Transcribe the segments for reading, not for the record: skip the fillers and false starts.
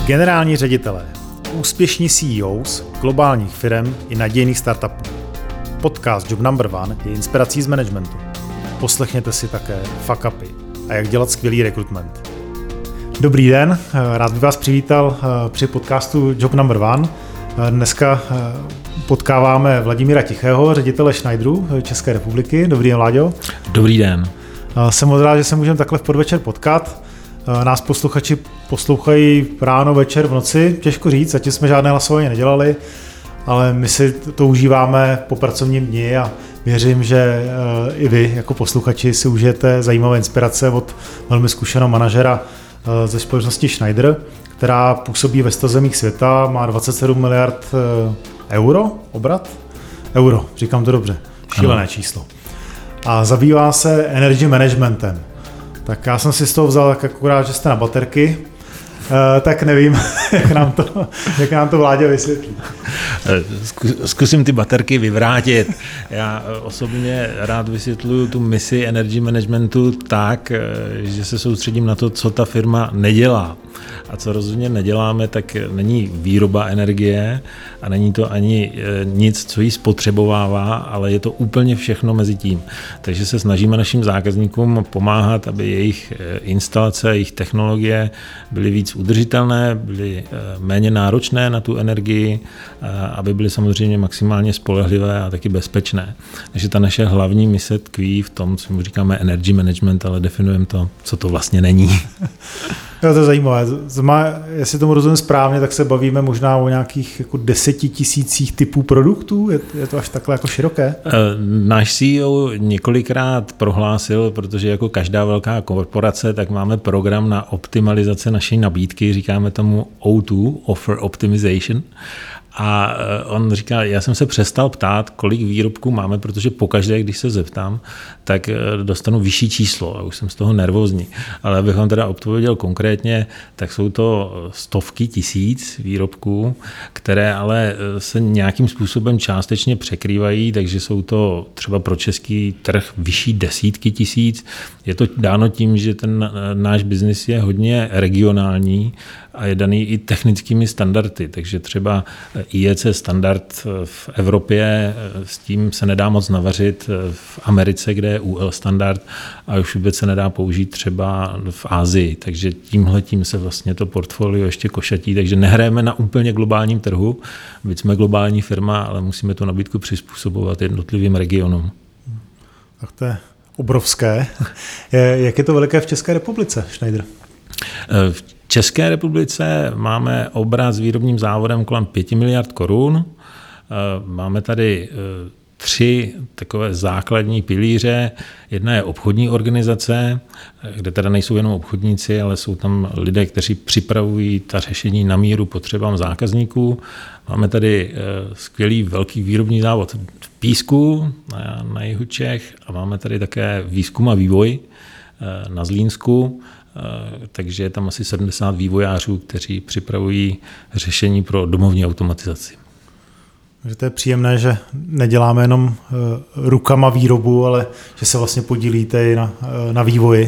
Generální ředitelé, úspěšní CEOs globálních firm i nadějných startupů. Podcast Job Number One je inspirací z managementu. Poslechněte si také fuck upy a jak dělat skvělý rekrutment. Dobrý den, rád bych vás přivítal při podcastu Job Number One. Dneska potkáváme Vladimíra Tichého, ředitele Schneideru České republiky. Dobrý den, Vláďo. Dobrý den. Jsem moc rád, že se můžeme takhle v podvečer potkat. Nás posluchači poslouchají ráno, večer, v noci, těžko říct, zatím jsme žádné hlasování nedělali, ale my si to užíváme po pracovním dni a věřím, že i vy jako posluchači si užijete zajímavé inspirace od velmi zkušeného manažera ze společnosti Schneider, která působí ve 100 zemích světa, má 27 miliard euro, obrat? Euro, říkám to dobře, šílené číslo. A zabývá se energy managementem. Tak já jsem si z toho vzal tak akorát, že jste na baterky, tak nevím, jak nám to Vláďa vysvětlí. Zkusím ty baterky vyvrátit. Já osobně rád vysvětluju tu misi energy managementu tak, že se soustředím na to, co ta firma nedělá. A co rozhodně neděláme, tak není výroba energie a není to ani nic, co ji spotřebovává, ale je to úplně všechno mezi tím. Takže se snažíme našim zákazníkům pomáhat, aby jejich instalace, jejich technologie byly víc udržitelné, byly méně náročné na tu energii, aby byly samozřejmě maximálně spolehlivé a taky bezpečné. Takže ta naše hlavní mise tkví v tom, co mu říkáme energy management, ale definujeme to, co to vlastně není. Jo, to je zajímavé. Jestli tomu rozumím správně, tak se bavíme možná o nějakých jako 10 000 typů produktů? Je to až takhle jako široké? Náš CEO několikrát prohlásil, protože jako každá velká korporace, tak máme program na optimalizaci naší nabídky, říkáme tomu O2, Offer Optimization. A on říká, já jsem se přestal ptát, kolik výrobků máme, protože pokaždé, když se zeptám, tak dostanu vyšší číslo a už jsem z toho nervózní. Ale abych vám teda odpověděl konkrétně, tak jsou to stovky tisíc výrobků, které ale se nějakým způsobem částečně překrývají, takže jsou to třeba pro český trh vyšší desítky tisíc. Je to dáno tím, že ten náš biznis je hodně regionální a je daný i technickými standardy, takže třeba IEC standard v Evropě, s tím se nedá moc navařit v Americe, kde je UL standard a už vůbec se nedá použít třeba v Asii, takže tímhletím se vlastně to portfolio ještě košatí, takže nehrajeme na úplně globálním trhu, byť jsme globální firma, ale musíme tu nabídku přizpůsobovat jednotlivým regionům. Tak to je obrovské. Jak je to veliké v České republice, Schneider? V České republice máme obrat s výrobním závodem kolem 5 miliard korun. Máme tady 3 takové základní pilíře. Jedna je obchodní organizace, kde teda nejsou jenom obchodníci, ale jsou tam lidé, kteří připravují ta řešení na míru potřebám zákazníků. Máme tady skvělý velký výrobní závod v Písku na jihu Čech a máme tady také výzkum a vývoj na Zlínsku. Takže je tam asi 70 vývojářů, kteří připravují řešení pro domovní automatizaci. Takže to je příjemné, že neděláme jenom rukama výrobu, ale že se vlastně podílíte i na vývoji,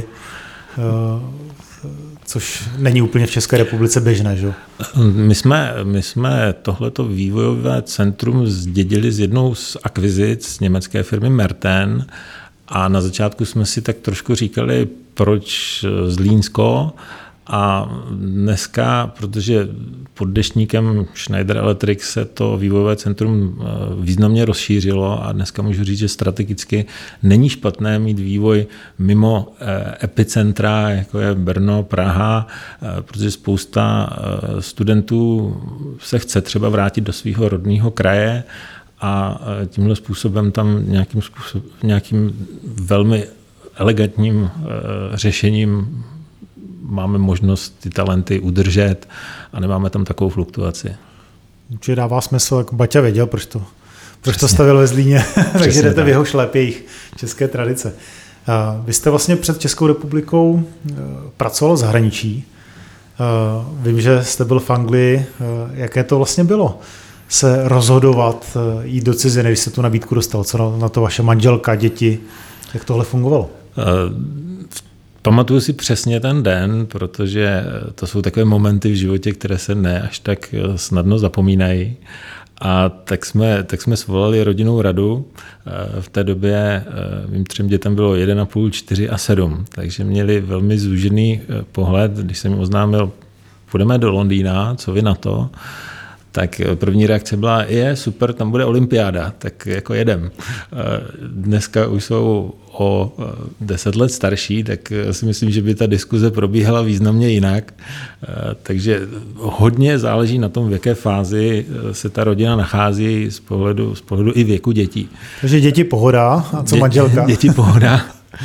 což není úplně v České republice běžné, že? My jsme tohleto vývojové centrum zdědili z jednou z akvizic německé firmy Merten a na začátku jsme si tak trošku říkali, proč Zlínsko, a dneska, protože pod deštníkem Schneider Electric se to vývojové centrum významně rozšířilo a dneska můžu říct, že strategicky není špatné mít vývoj mimo epicentra, jako je Brno, Praha, protože spousta studentů se chce třeba vrátit do svého rodného kraje a tímhle způsobem tam nějakým velmi elegantním řešením máme možnost ty talenty udržet a nemáme tam takovou fluktuaci. Určitě dává smysl, jak Baťa věděl, proč to stavil ve Zlíně, takže jdete v jeho šlep jejich české tradice. Vy jste vlastně před Českou republikou pracoval v zahraničí. Vím, že jste byl v Anglii. Jaké to vlastně bylo se rozhodovat, jít do ciziny, když jste tu nabídku dostal? Co na to vaše manželka, děti? Jak tohle fungovalo? Pamatuju si přesně ten den, protože to jsou takové momenty v životě, které se ne až tak snadno zapomínají. A tak jsme svolali rodinnou radu. V té době mým 3 dětem bylo 1,5, 4 a 7, takže měli velmi zúžený pohled. Když jsem jim oznámil, půjdeme do Londýna, co vy na to, tak první reakce byla, je super, tam bude olympiáda, tak jako jedem. Dneska už jsou o 10 let starší, tak si myslím, že by ta diskuze probíhala významně jinak. Takže hodně záleží na tom, v jaké fázi se ta rodina nachází z pohledu i věku dětí. Takže děti pohoda, a co manželka? Děti pohoda.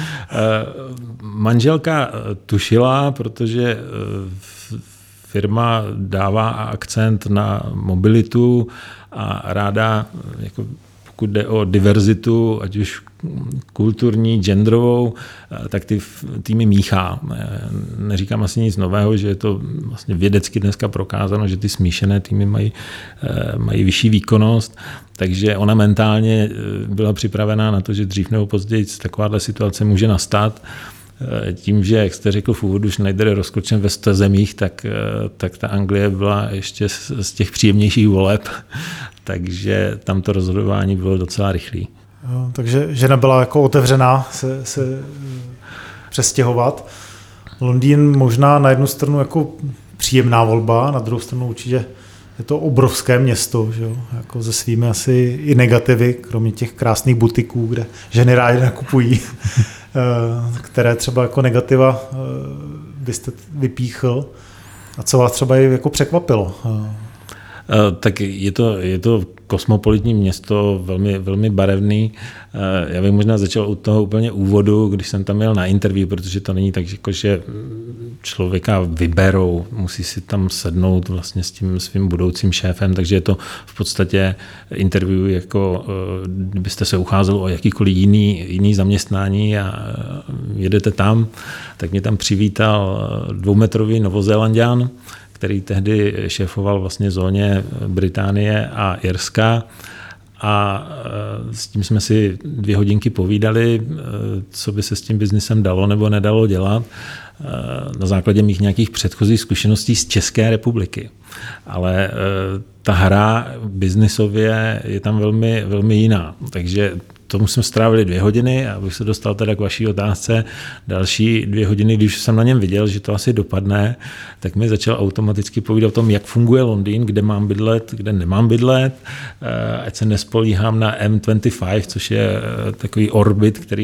Manželka tušila, protože firma dává akcent na mobilitu a ráda, jako pokud jde o diverzitu, ať už kulturní, genderovou, tak ty týmy míchá. Neříkám asi nic nového, že je to vlastně vědecky dneska prokázáno, že ty smíšené týmy mají vyšší výkonnost, takže ona mentálně byla připravená na to, že dřív nebo později takováhle situace může nastat. Tím, že, jak jste řekl v úvodu, Schneider je rozkročen ve 100 zemích, tak ta Anglie byla ještě z těch příjemnějších voleb, takže tam to rozhodování bylo docela rychlé. Takže žena byla jako otevřená se přestěhovat. Londýn možná na jednu stranu jako příjemná volba, na druhou stranu určitě je to obrovské město, že jo? Jako se svými asi i negativy, kromě těch krásných butiků, kde ženy rádi nakupují, které třeba jako negativa byste vypíchl. A co vás třeba jako překvapilo? Tak je to kosmopolitní město, velmi, velmi barevný. Já bych možná začal od toho úplně úvodu, když jsem tam jel na interview, protože to není tak, že člověka vyberou, musí si tam sednout vlastně s tím svým budoucím šéfem, takže je to v podstatě interview, jako kdybyste se ucházel o jakýkoliv jiný zaměstnání a jedete tam, tak mě tam přivítal 2metrový Novozélanďan, který tehdy šéfoval vlastně zóně Británie a Irska. A s tím jsme si 2 hodinky povídali, co by se s tím biznisem dalo nebo nedalo dělat na základě mých nějakých předchozích zkušeností z České republiky. Ale ta hra biznisově je tam velmi, velmi jiná. Takže tomu jsme strávili 2 hodiny a abych se dostal teda k vaší otázce. Další 2 hodiny, když jsem na něm viděl, že to asi dopadne, tak mi začal automaticky povídat o tom, jak funguje Londýn, kde mám bydlet, kde nemám bydlet, ať se nespolíhám na M25, což je takový orbit, který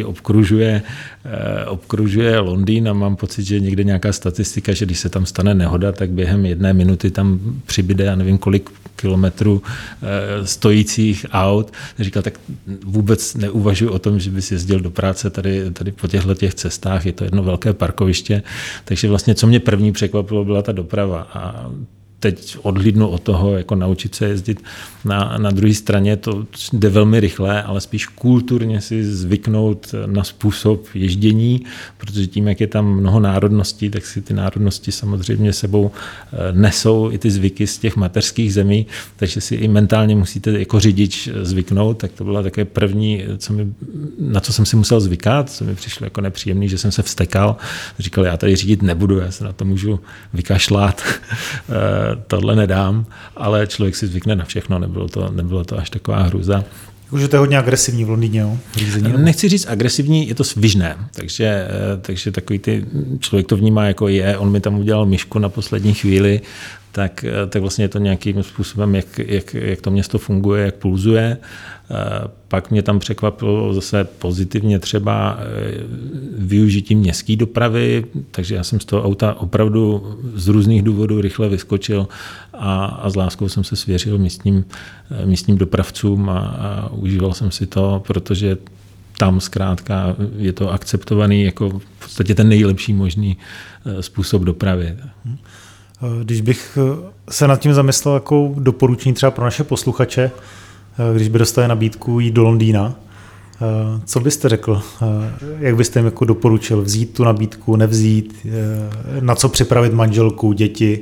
obkružuje Londýn a mám pocit, že někde nějaká statistika, že když se tam stane nehoda, tak během 1 minuty tam přibyde, já nevím kolik kilometrů stojících aut. Říkal, tak vůbec neuvažuji o tom, že bys jezdil do práce tady po těch cestách, je to jedno velké parkoviště, takže vlastně co mě první překvapilo, byla ta doprava a teď odhlídnu od toho, jako naučit se jezdit na druhé straně, to jde velmi rychle, ale spíš kulturně si zvyknout na způsob ježdění, protože tím, jak je tam mnoho národností, tak si ty národnosti samozřejmě sebou nesou i ty zvyky z těch mateřských zemí, takže si i mentálně musíte jako řidič zvyknout, tak to bylo také první, na co jsem si musel zvykat, co mi přišlo jako nepříjemný, že jsem se vztekal, říkal, já tady řídit nebudu, já se na to můžu vykašlat, tohle nedám, ale člověk si zvykne na všechno, nebylo to až taková hrůza. Už to je hodně agresivní v Londýně, jo? Nechci říct agresivní, je to svižné, takže takový člověk to vnímá jako on mi tam udělal myšku na poslední chvíli, tak vlastně je to nějakým způsobem, jak to město funguje, jak pulzuje. Pak mě tam překvapilo zase pozitivně třeba využití městské dopravy, takže já jsem z toho auta opravdu z různých důvodů rychle vyskočil a s láskou jsem se svěřil místním dopravcům a užíval jsem si to, protože tam zkrátka je to akceptovaný jako v podstatě ten nejlepší možný způsob dopravy. Když bych se nad tím zamyslel jako doporučení třeba pro naše posluchače, když by dostali nabídku jít do Londýna, co byste řekl? Jak byste jim jako doporučil? Vzít tu nabídku, nevzít? Na co připravit manželku, děti?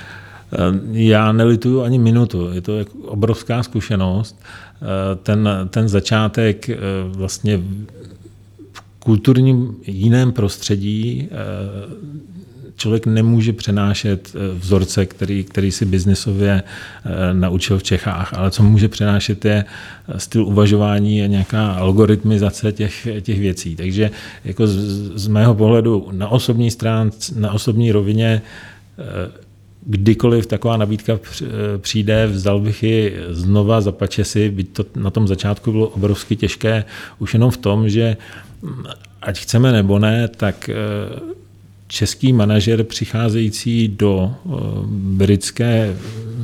Já nelituju ani minutu. Je to obrovská zkušenost. Ten začátek vlastně kulturním jiném prostředí člověk nemůže přenášet vzorce, který si biznesově naučil v Čechách, ale co může přenášet je styl uvažování a nějaká algoritmizace těch věcí. Takže jako z mého pohledu na osobní rovině kdykoliv taková nabídka přijde, vzal bych ji znova, zapače si, byť to na tom začátku bylo obrovsky těžké, už jenom v tom, že ať chceme nebo ne, tak český manažer přicházející do britské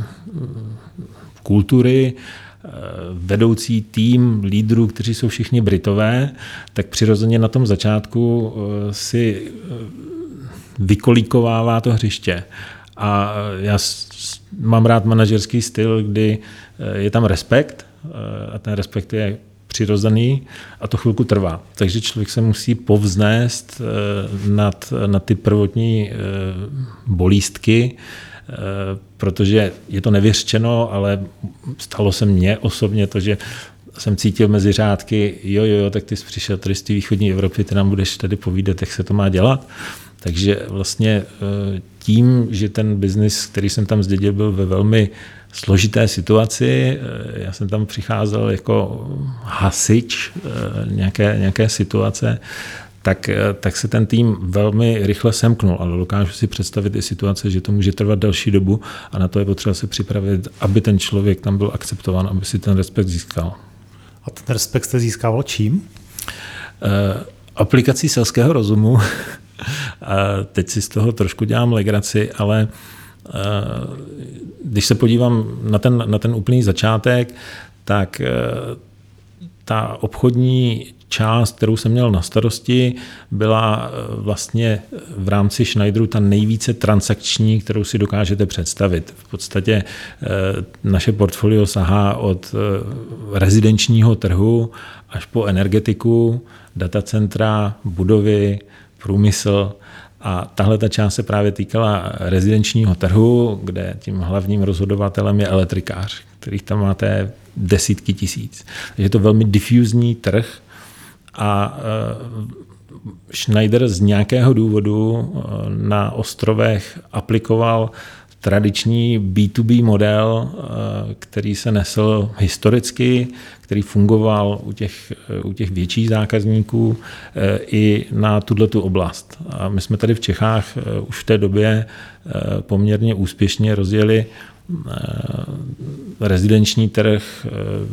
kultury, vedoucí tým lídrů, kteří jsou všichni Britové, tak přirozeně na tom začátku si vykolíkovává to hřiště. A já mám rád manažerský styl, kdy je tam respekt a ten respekt je přirozený a to chvilku trvá. Takže člověk se musí povznést nad ty prvotní bolístky, protože je to nevyřčeno, ale stalo se mně osobně to, že jsem cítil mezi řádky, jo, tak ty jsi přišel tady z té východní Evropy, ty nám budeš tady povídat, jak se to má dělat. Takže vlastně tím, že ten biznis, který jsem tam zdědil, byl ve velmi složité situaci, já jsem tam přicházel jako hasič nějaké situace, tak se ten tým velmi rychle semknul, ale dokážu si představit i situace, že to může trvat delší dobu a na to je potřeba se připravit, aby ten člověk tam byl akceptován, aby si ten respekt získal. A ten respekt jste získával čím? Aplikací selského rozumu. Teď si z toho trošku dělám legraci, ale když se podívám na ten úplný začátek, tak ta obchodní část, kterou jsem měl na starosti, byla vlastně v rámci Schneideru ta nejvíce transakční, kterou si dokážete představit. V podstatě naše portfolio sahá od rezidenčního trhu až po energetiku, datacentra, budovy, průmysl. A tahle ta část se právě týkala rezidenčního trhu, kde tím hlavním rozhodovatelem je elektrikář, kterých tam máte desítky tisíc. Je to velmi difuzní trh a Schneider z nějakého důvodu na ostrovech aplikoval tradiční B2B model, který se nesl historicky, který fungoval u těch větších zákazníků i na tuto oblast. A my jsme tady v Čechách už v té době poměrně úspěšně rozjeli rezidenční trh,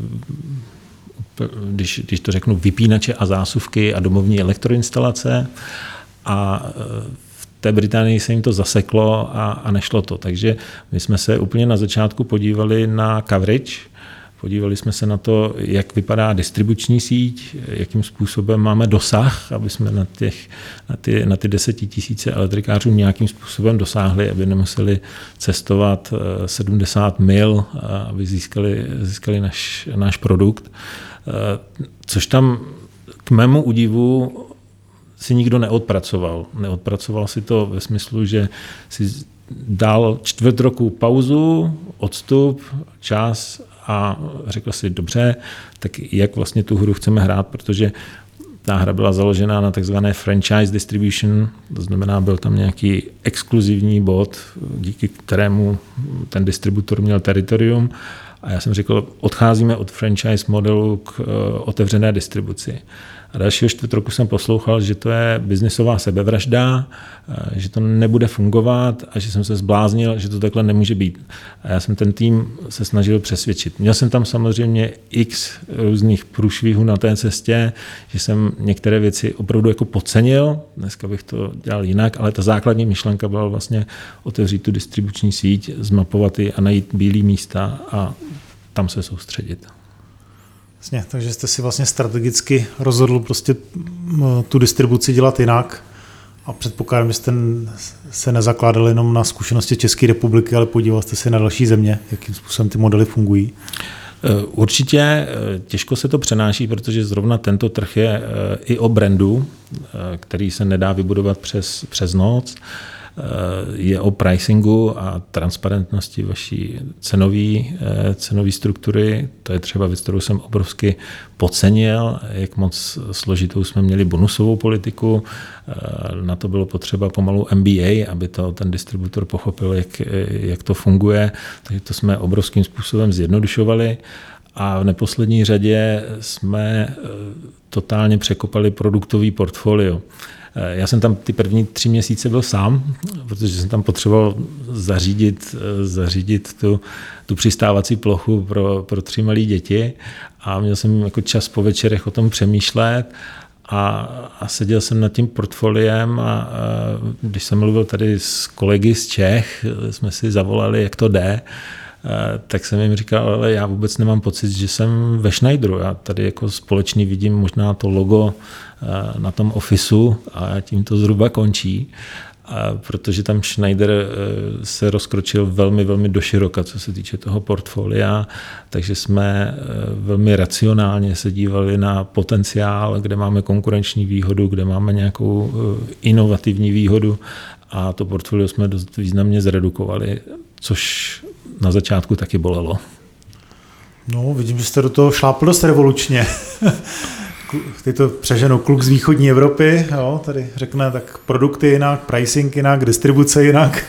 když to řeknu, vypínače a zásuvky a domovní elektroinstalace a v té Británii se jim to zaseklo a nešlo to. Takže my jsme se úplně na začátku podívali na coverage, podívali jsme se na to, jak vypadá distribuční síť, jakým způsobem máme dosah, aby jsme na ty 10 000 elektrikářů nějakým způsobem dosáhli, aby nemuseli cestovat 70 mil, aby získali náš produkt. Což tam k mému údivu si nikdo neodpracoval. Neodpracoval si to ve smyslu, že si dal 4 roku pauzu, odstup, čas a řekl si, dobře, tak jak vlastně tu hru chceme hrát, protože ta hra byla založena na takzvané franchise distribution, to znamená, byl tam nějaký exkluzivní bod, díky kterému ten distributor měl teritorium. A já jsem řekl, odcházíme od franchise modelu k otevřené distribuci. A dalšího 4 roku jsem poslouchal, že to je biznisová sebevražda, že to nebude fungovat a že jsem se zbláznil, že to takhle nemůže být. A já jsem ten tým se snažil přesvědčit. Měl jsem tam samozřejmě x různých průšvihů na té cestě, že jsem některé věci opravdu jako podcenil, dneska bych to dělal jinak, ale ta základní myšlenka byla vlastně otevřít tu distribuční síť, zmapovat ji a najít bílý místa a tam se soustředit. Jasně, takže jste si vlastně strategicky rozhodl prostě tu distribuci dělat jinak a předpokládám, že jste se nezakládal jenom na zkušenosti České republiky, ale podíval jste se na další země, jakým způsobem ty modely fungují. Určitě těžko se to přenáší, protože zrovna tento trh je i o brandu, který se nedá vybudovat přes noc. je o pricingu a transparentnosti vaší cenové struktury. To je třeba věc, kterou jsem obrovsky podcenil, jak moc složitou jsme měli bonusovou politiku. Na to bylo potřeba pomalu MBA, aby to ten distributor pochopil, jak to funguje. Takže to jsme obrovským způsobem zjednodušovali. A v neposlední řadě jsme totálně překopali produktový portfolio. Já jsem tam ty první 3 měsíce byl sám, protože jsem tam potřeboval zařídit tu přistávací plochu pro 3 malé děti a měl jsem jako čas po večerech o tom přemýšlet a seděl jsem nad tím portfoliem a když jsem mluvil tady s kolegy z Čech, jsme si zavolali, jak to jde, tak jsem jim říkal, ale já vůbec nemám pocit, že jsem ve Schneideru. Já tady jako společný vidím možná to logo na tom Officeu a tím to zhruba končí, protože tam Schneider se rozkročil velmi, velmi doširoka, co se týče toho portfolia, takže jsme velmi racionálně se dívali na potenciál, kde máme konkurenční výhodu, kde máme nějakou inovativní výhodu a to portfolio jsme dost významně zredukovali, což na začátku taky bolelo. No, vidím, že jste do toho šlápl dost revolučně. Teď to přeženou kluk z východní Evropy, jo, tady řekne tak produkty jinak, pricing jinak, distribuce jinak.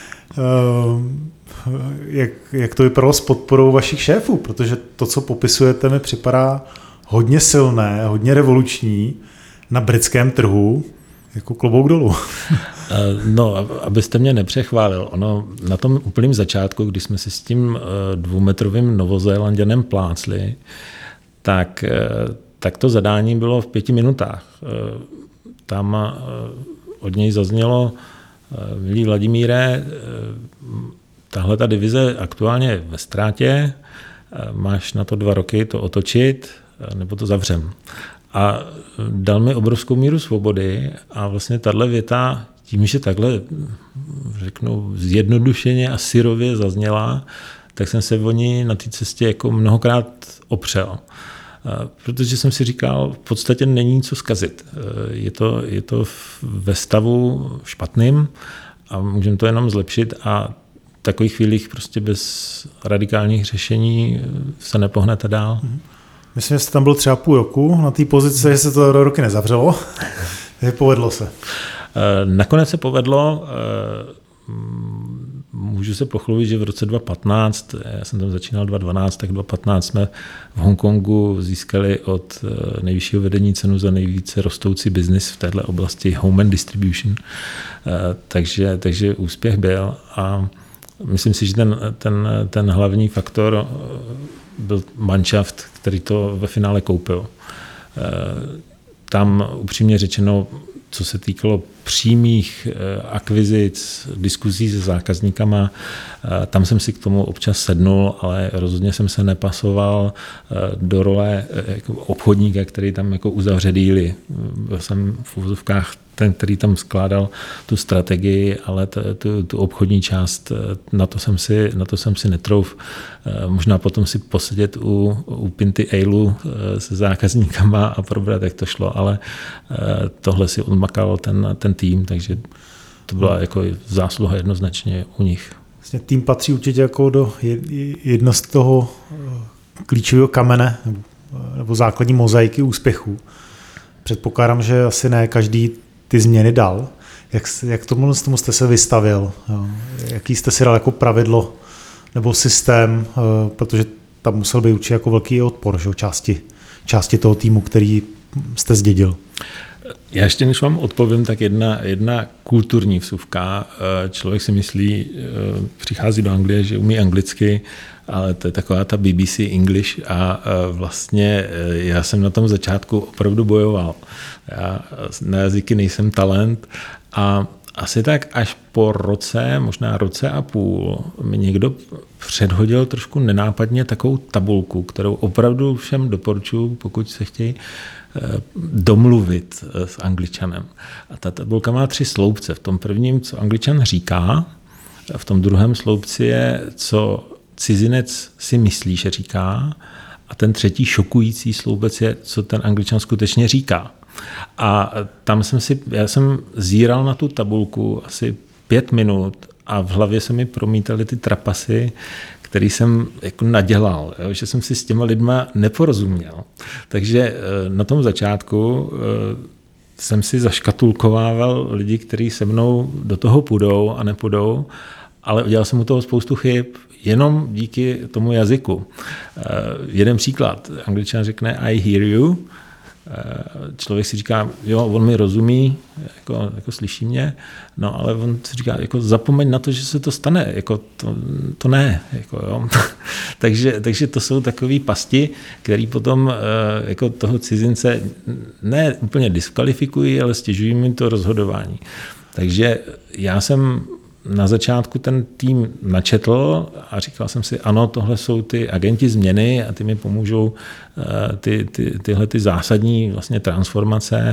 Jak to vypadalo s podporou vašich šéfů? Protože to, co popisujete, mi připadá hodně silné, hodně revoluční na britském trhu, jako klobouk dolů. No, abyste mě nepřechválil, ono na tom úplném začátku, když jsme si s tím 2metrovým Novozélanďanem plácli, tak to zadání bylo v 5 minutách. Tam od něj zaznělo, milý Vladimíre, tahle ta divize aktuálně ve ztrátě, máš na to 2 roky to otočit, nebo to zavřem. A dal mi obrovskou míru svobody a vlastně tahle věta, tím, že takhle, řeknu, zjednodušeně a syrově zazněla, tak jsem se o ní na té cestě jako mnohokrát opřel. Protože jsem si říkal, v podstatě není co zkazit. Je to ve stavu špatným a můžeme to jenom zlepšit a v takových chvílích prostě bez radikálních řešení se nepohnete dál. Myslím, že jste tam byl třeba půl roku na té pozici, že se to do roky nezavřelo. Takže povedlo se. Nakonec se povedlo. Můžu se pochlubit, že v roce 2015, já jsem tam začínal 2012, tak 2015 jsme v Hongkongu získali od nejvyššího vedení cenu za nejvíce rostoucí biznis v této oblasti Home and Distribution. Takže úspěch byl a myslím si, že ten hlavní faktor byl Mannschaft, který to ve finále koupil. Tam upřímně řečeno, co se týkalo přímých akvizic, diskuzí se zákazníkama, tam jsem si k tomu občas sednul, ale rozhodně jsem se nepasoval do role jako obchodníka, který tam jako uzavře díly. Byl jsem v úvozovkách ten, který tam skládal tu strategii, ale tu obchodní část, na to jsem si netrouf. Možná potom si posedět u pinty ale se zákazníkama a probrat, jak to šlo, ale tohle si odmakal ten tým, takže to byla jako zásluha jednoznačně u nich. Vlastně tým patří určitě jako do jedno z toho klíčového kamene nebo základní mozaiky úspěchu. Předpokládám, že asi ne každý ty změny dal. Jak tomu jste se vystavil? Jaký jste si dal jako pravidlo nebo systém, protože tam musel být určitě jako velký odpor, že? Části toho týmu, který jste zdědil. Já ještě než vám odpovím, tak jedna kulturní vsuvka. Člověk si myslí, přichází do Anglie, že umí anglicky, ale to je taková ta BBC English a vlastně já jsem na tom začátku opravdu bojoval. Já na jazyky nejsem talent a asi tak až po roce, možná roce a půl, mi někdo předhodil trošku nenápadně takovou tabulku, kterou opravdu všem doporučuji, pokud se chtějí domluvit s Angličanem. A ta tabulka má 3 sloupce. V tom prvním, co Angličan říká, a v tom druhém sloupci je, co cizinec si myslí, že říká, a ten třetí šokující sloupec je, co ten Angličan skutečně říká. A tam já jsem zíral na tu tabulku asi 5 minut a v hlavě se mi promítaly ty trapasy, který jsem jako nadělal, jo, že jsem si s těma lidma neporozuměl. Takže na tom začátku jsem si zaškatulkovával lidi, kteří se mnou do toho půjdou a nepůjdou, ale udělal jsem u toho spoustu chyb jenom díky tomu jazyku. Jeden příklad. Angličan řekne I hear you. Člověk si říká, jo, on mi rozumí, jako slyší mě, no ale on si říká, jako zapomeň na to, že se to stane, jako to ne. Jako, jo. takže to jsou takové pasti, které potom jako toho cizince ne úplně diskvalifikují, ale stěžují mi to rozhodování. Takže já jsem na začátku ten tým načetl a říkal jsem si, ano, tohle jsou ty agenti změny a ty mi pomůžou tyhle ty zásadní vlastně transformace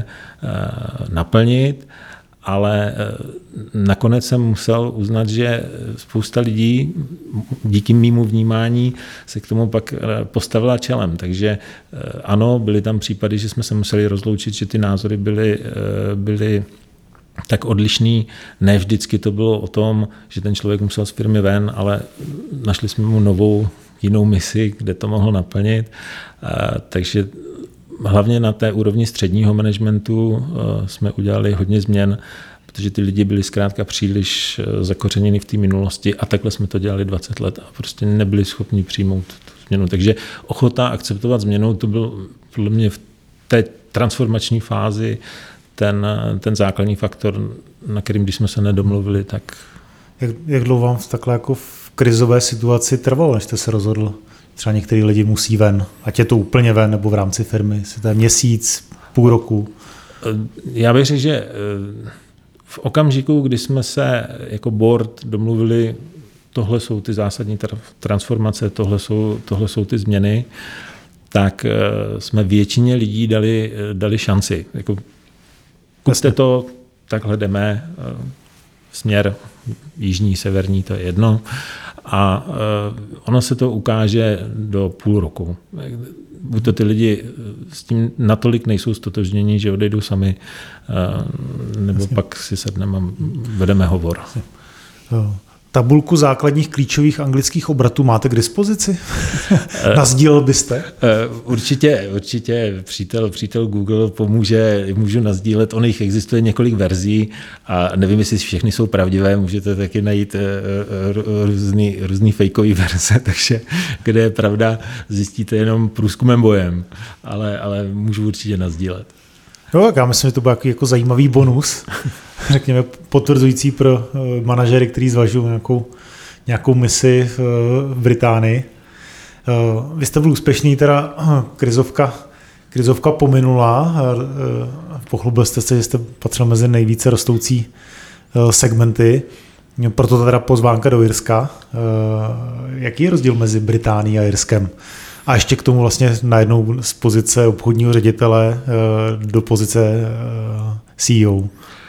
naplnit, ale nakonec jsem musel uznat, že spousta lidí díky mému vnímání se k tomu pak postavila čelem. Takže ano, byly tam případy, že jsme se museli rozloučit, že ty názory byly tak odlišný. Ne vždycky to bylo o tom, že ten člověk musel z firmy ven, ale našli jsme mu novou, jinou misi, kde to mohl naplnit. Takže hlavně na té úrovni středního managementu jsme udělali hodně změn, protože ty lidi byli zkrátka příliš zakořeněni v té minulosti a takhle jsme to dělali 20 let a prostě nebyli schopni přijmout tu změnu. Takže ochota akceptovat změnu, to byl podle mě v té transformační fázi ten základní faktor, na kterým, když jsme se nedomluvili, tak... Jak dlouho vám takhle jako v krizové situaci trvalo, než jste se rozhodl? Třeba některý lidi musí ven, ať je to úplně ven, nebo v rámci firmy, jestli to je měsíc, půl roku? Já bych řekl, že v okamžiku, kdy jsme se jako board domluvili, tohle jsou ty zásadní transformace, tohle jsou ty změny, tak jsme většině lidí dali šanci. Jako kupte to, takhle jdeme, směr jižní, severní, to je jedno. A ono se to ukáže do půl roku. Buď to ty lidi s tím natolik nejsou ztotožnění, že odejdou sami, nebo Jasně. Pak si sedneme a vedeme hovor. Tabulku základních klíčových anglických obratů máte k dispozici? Nasdílel byste? Určitě přítel Google pomůže, můžu nasdílet, on jich existuje několik verzí a nevím, jestli všechny jsou pravdivé, můžete taky najít různý fejkový verze, takže kde je pravda, zjistíte jenom průzkumem bojem, ale můžu určitě nasdílet. Jo, tak já myslím, že to byl jako zajímavý bonus, řekněme potvrzující pro manažery, kteří zvažují nějakou misi v Británii. Vy jste byl úspěšný, teda krizovka pominula, pochlubil jste se, že jste patřil mezi nejvíce rostoucí segmenty, proto teda pozvánka do Irska. Jaký je rozdíl mezi Británií a Irskem? A ještě k tomu vlastně najednou z pozice obchodního ředitele do pozice CEO.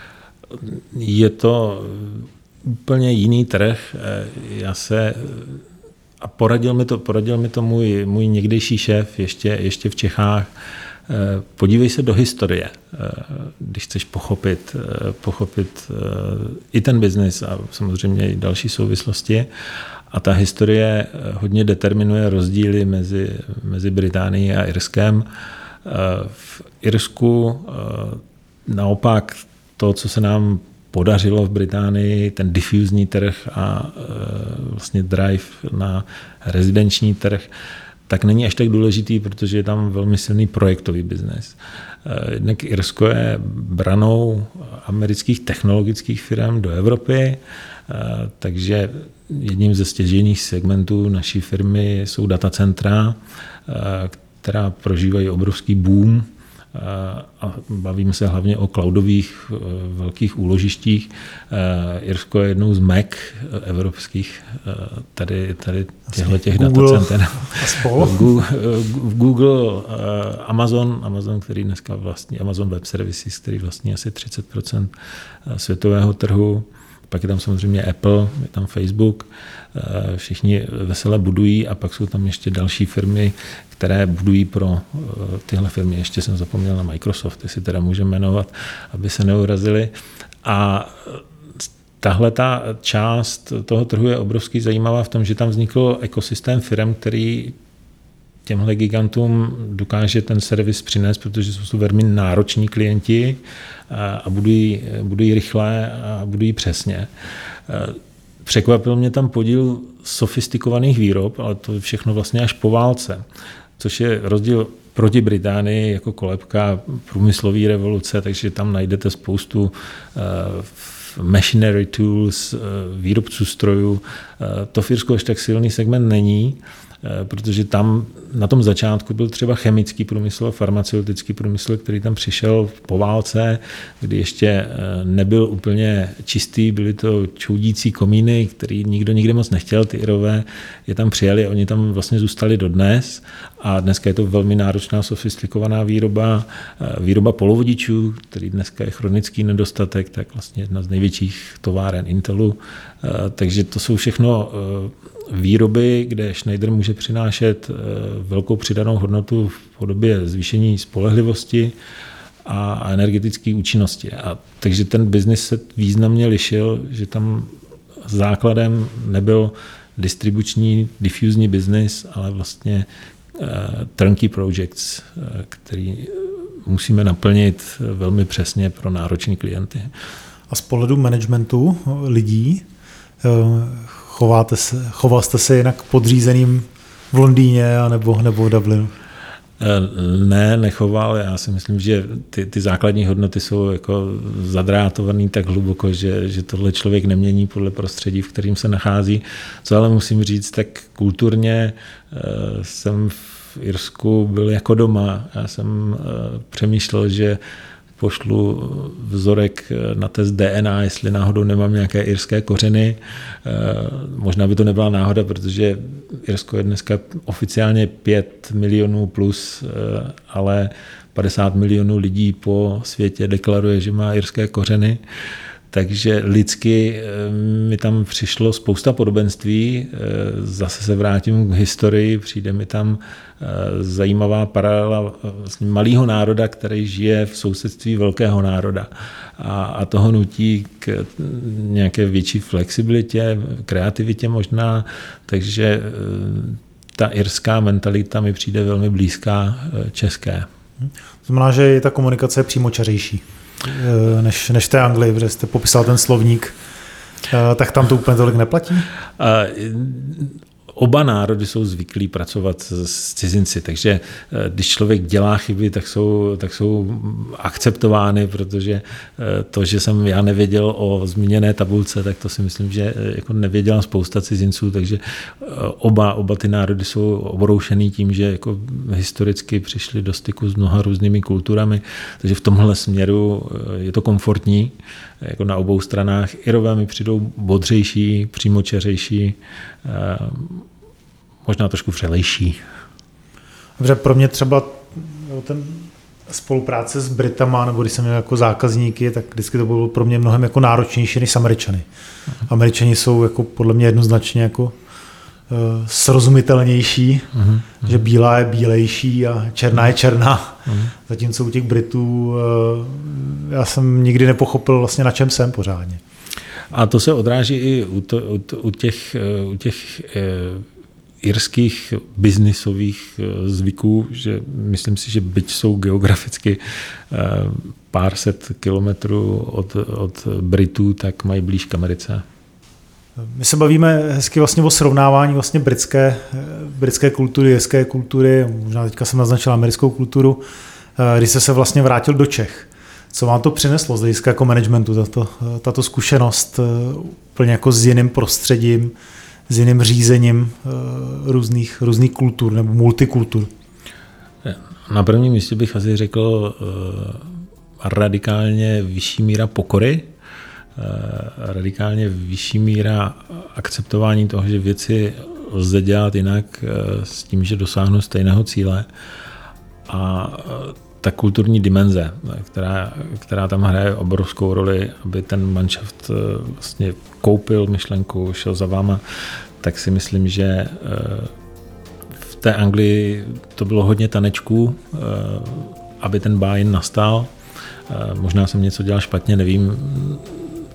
Je to úplně jiný trh. Poradil mi to můj někdejší šéf ještě v Čechách. Podívej se do historie, když chceš pochopit i ten biznis a samozřejmě i další souvislosti. A ta historie hodně determinuje rozdíly mezi Británií a Irskem. V Irsku naopak to, co se nám podařilo v Británii, ten difuzní trh a vlastně drive na rezidenční trh, tak není až tak důležitý, protože je tam velmi silný projektový biznes. Jednak Irsko je branou amerických technologických firm do Evropy, takže jedním ze stěžejních segmentů naší firmy jsou datacentra, která prožívají obrovský boom a bavíme se hlavně o cloudových velkých úložištích. Irsko je jednou z Mac evropských tady těch datacenter. Google, Amazon, který dneska vlastní, Amazon Web Services, který vlastní asi 30% světového trhu. Pak je tam samozřejmě Apple, je tam Facebook, všichni vesele budují a pak jsou tam ještě další firmy, které budují pro tyhle firmy. Ještě jsem zapomněl na Microsoft, jestli teda můžeme jmenovat, aby se neurazili. A tahle ta část toho trhu je obrovsky zajímavá v tom, že tam vznikl ekosystém firem, který těmhle gigantům dokáže ten servis přinést, protože jsou velmi nároční klienti a budují rychle a budují přesně. Překvapil mě tam podíl sofistikovaných výrob, ale to je všechno vlastně až po válce, což je rozdíl proti Británii jako kolébka průmyslové revoluce, takže tam najdete spoustu machinery tools, výrobců strojů. To v Irsku až tak silný segment není, protože tam na tom začátku byl třeba chemický průmysl a farmaceutický průmysl, který tam přišel po válce, kdy ještě nebyl úplně čistý, byly to čoudící komíny, který nikdo nikdy moc nechtěl, ty Irové je tam přijali a oni tam vlastně zůstali dodnes a dneska je to velmi náročná, sofistikovaná výroba polovodičů, který dneska je chronický nedostatek, tak vlastně jedna z největších továren Intelu, takže to jsou všechno výroby, kde Schneider může přinášet velkou přidanou hodnotu v podobě zvýšení spolehlivosti a energetické účinnosti. A takže ten biznis se významně lišil, že tam základem nebyl distribuční, difuzní biznis, ale vlastně turnkey projects, který musíme naplnit velmi přesně pro náročné klienty. A z pohledu managementu lidí choval jste se jinak podřízeným v Londýně nebo v Dublinu? Ne, nechoval. Já si myslím, že ty základní hodnoty jsou jako zadrátovaný tak hluboko, že tohle člověk nemění podle prostředí, v kterým se nachází. Co ale musím říct, tak kulturně jsem v Irsku byl jako doma. Já jsem přemýšlel, že pošlu vzorek na test DNA, jestli náhodou nemám nějaké irské kořeny. Možná by to nebyla náhoda, protože Irsko je dneska oficiálně 5 milionů plus, ale 50 milionů lidí po světě deklaruje, že má irské kořeny. Takže lidsky mi tam přišlo spousta podobenství, zase se vrátím k historii, přijde mi tam zajímavá paralela vlastně malého národa, který žije v sousedství velkého národa a toho nutí k nějaké větší flexibilitě, kreativitě možná, takže ta irská mentalita mi přijde velmi blízká české. Znamená, že je ta komunikace přímočařejší než v té Anglii, protože jste popisal ten slovník, tak tam to úplně tolik neplatí? Oba národy jsou zvyklí pracovat s cizinci, takže když člověk dělá chyby, tak jsou akceptovány, protože to, že jsem já nevěděl o zmíněné tabulce, tak to si myslím, že jako nevěděla spousta cizinců, takže oba ty národy jsou obroušený tím, že jako historicky přišli do styku s mnoha různými kulturami, takže v tomhle směru je to komfortní, jako na obou stranách. Irové mi přijdou bodřejší, přímočařejší, možná trošku vřelejší. Dobře, pro mě třeba ten spolupráce s Britama, nebo když jsem měl jako zákazníky, tak vždycky to bylo pro mě mnohem jako náročnější než s Američany. Američani jsou jako podle mě jednoznačně jako srozumitelnější, že bílá je bílejší a černá je černá. Zatímco u těch Britů já jsem nikdy nepochopil vlastně, na čem jsem pořádně. A to se odráží i u těch irských biznisových zvyků, že myslím si, že byť jsou geograficky pár set kilometrů od Britů, tak mají blíž k Americe. My se bavíme hezky vlastně o srovnávání vlastně britské kultury, irské kultury, možná teďka jsem naznačil americkou kulturu, když jste se vlastně vrátil do Čech. Co vám to přineslo z hlediska jako managementu, tato zkušenost úplně jako s jiným prostředím, s jiným řízením různých kultur nebo multikultur? Na prvním místě bych asi řekl radikálně vyšší míra pokory, radikálně vyšší míra akceptování toho, že věci lze dělat jinak s tím, že dosáhnu stejného cíle. A ta kulturní dimenze, která tam hraje obrovskou roli, aby ten manšaft vlastně koupil myšlenku, šel za váma, tak si myslím, že v té Anglii to bylo hodně tanečků, aby ten buy-in nastal. Možná jsem něco dělal špatně, nevím.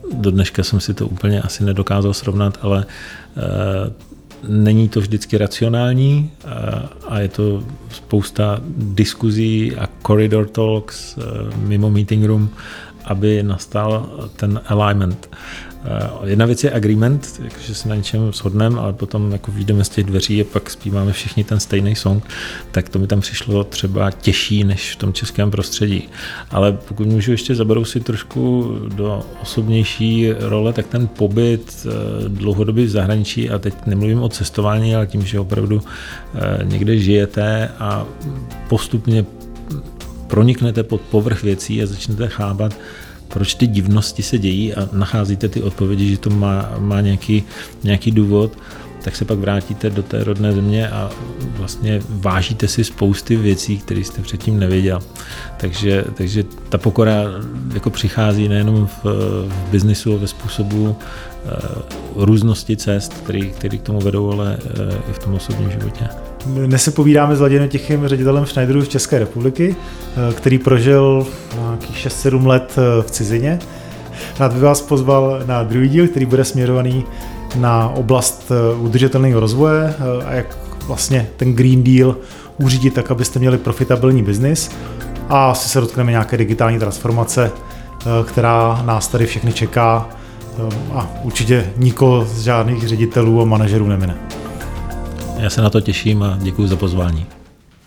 do dneška jsem si to úplně asi nedokázal srovnat, ale není to vždycky racionální a je to spousta diskuzí a corridor talks mimo meeting room, aby nastal ten alignment. Jedna věc je agreement, že se na něčem shodneme, ale potom jako vyjdeme z těch dveří a pak zpíváme všichni ten stejný song, tak to mi tam přišlo třeba těžší než v tom českém prostředí. Ale pokud můžu ještě zabrousit trošku do osobnější role, tak ten pobyt dlouhodobě v zahraničí, a teď nemluvím o cestování, ale tím, že opravdu někde žijete a postupně proniknete pod povrch věcí a začnete chápat, proč ty divnosti se dějí a nacházíte ty odpovědi, že to má nějaký důvod, tak se pak vrátíte do té rodné země a vlastně vážíte si spousty věcí, které jste předtím nevěděl. Takže ta pokora jako přichází nejenom v biznisu, ve způsobu různosti cest, které k tomu vedou, ale i v tom osobním životě. Dnes se povídáme s Laděnem Tichým, ředitelem Schneideru z České republiky, který prožil nějakých 6-7 let v cizině. Rád bych vás pozval na druhý díl, který bude směrovaný na oblast udržitelného rozvoje a jak vlastně ten Green Deal uřídit tak, abyste měli profitabilní biznis. A asi se dotkneme nějaké digitální transformace, která nás tady všechny čeká a určitě nikoho z žádných ředitelů a manažerů nemine. Já se na to těším a děkuji za pozvání.